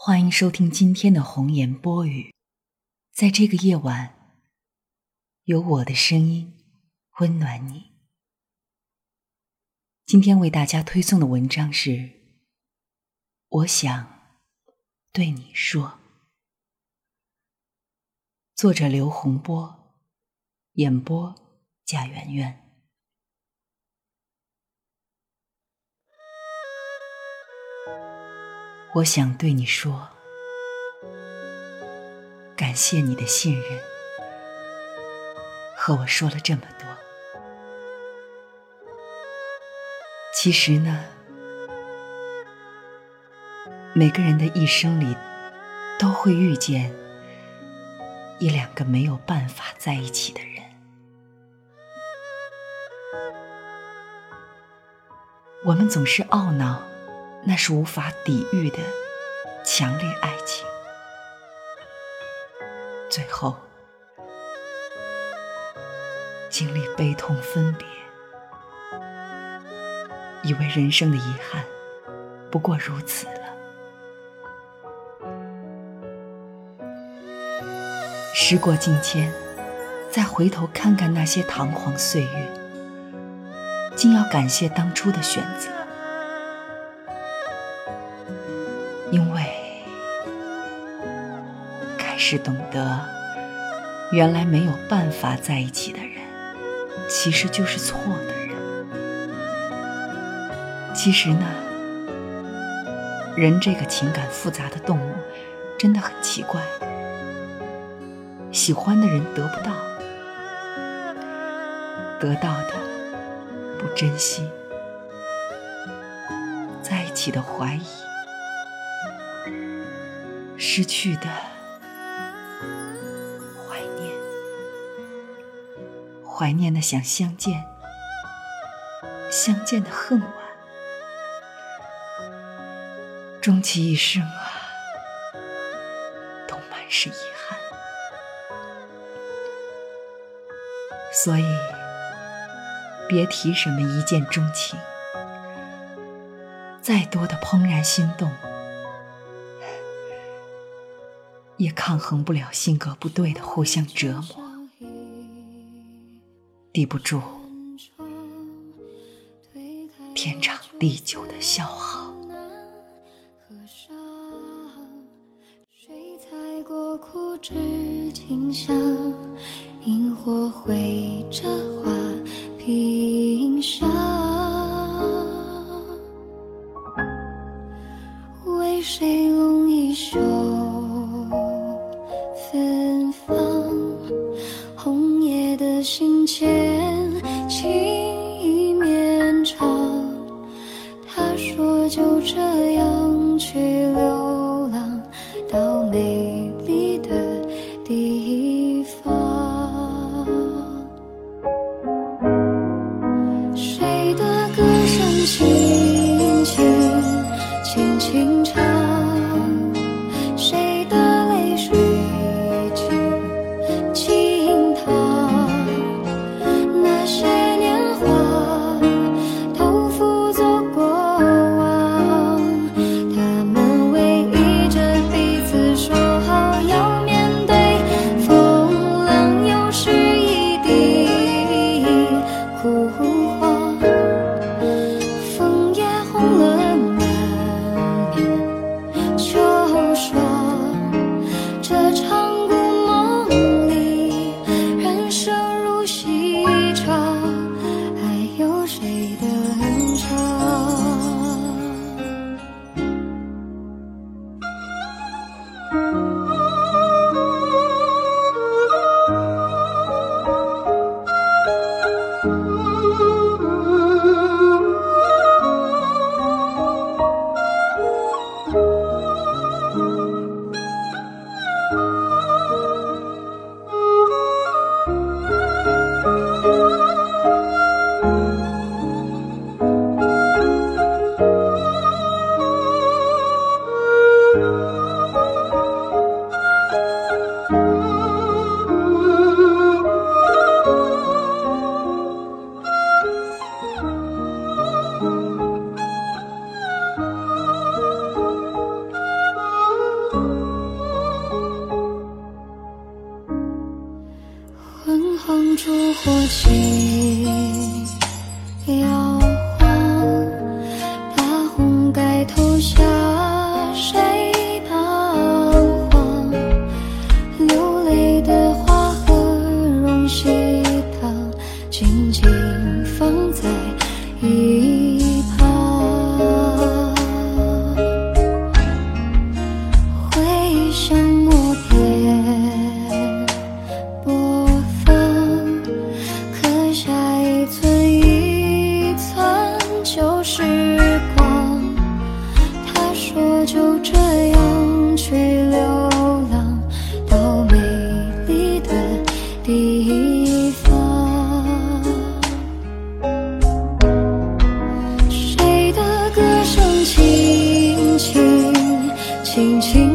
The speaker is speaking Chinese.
欢迎收听今天的红颜播语。在这个夜晚，有我的声音温暖你。今天为大家推送的文章是我想对你说，作者刘洪波，演播贾圆圆。我想对你说，感谢你的信任，和我说了这么多。其实呢，每个人的一生里都会遇见一两个没有办法在一起的人。我们总是懊恼那是无法抵御的强烈爱情，最后经历悲痛分别，以为人生的遗憾不过如此了。时过境迁，再回头看看那些堂皇岁月，竟要感谢当初的选择，因为开始懂得，原来没有办法在一起的人，其实就是错的人。其实呢，人这个情感复杂的动物真的很奇怪，喜欢的人得不到，得到的不珍惜，在一起的怀疑，失去的怀念，怀念的想相见，相见的恨晚，终其一生啊，都满是遗憾。所以别提什么一见钟情，再多的怦然心动，也抗衡不了性格不对的互相折磨，抵不住天长地久的消耗。 水彩过枯枝清香，萤火绘着花屏上，为谁拢一袖芬芳，红叶的信笺情意绵长，他说就这样去流浪到美丽的地方。谁的歌声轻轻轻轻唱，谁火起摇晃，大红盖头下谁彷徨？流泪的花和荣喜堂，静静放在一旁。回响默片播放，刻下一寸一寸旧时光。他说就这样去流浪到美丽的地方。谁的歌声轻轻轻轻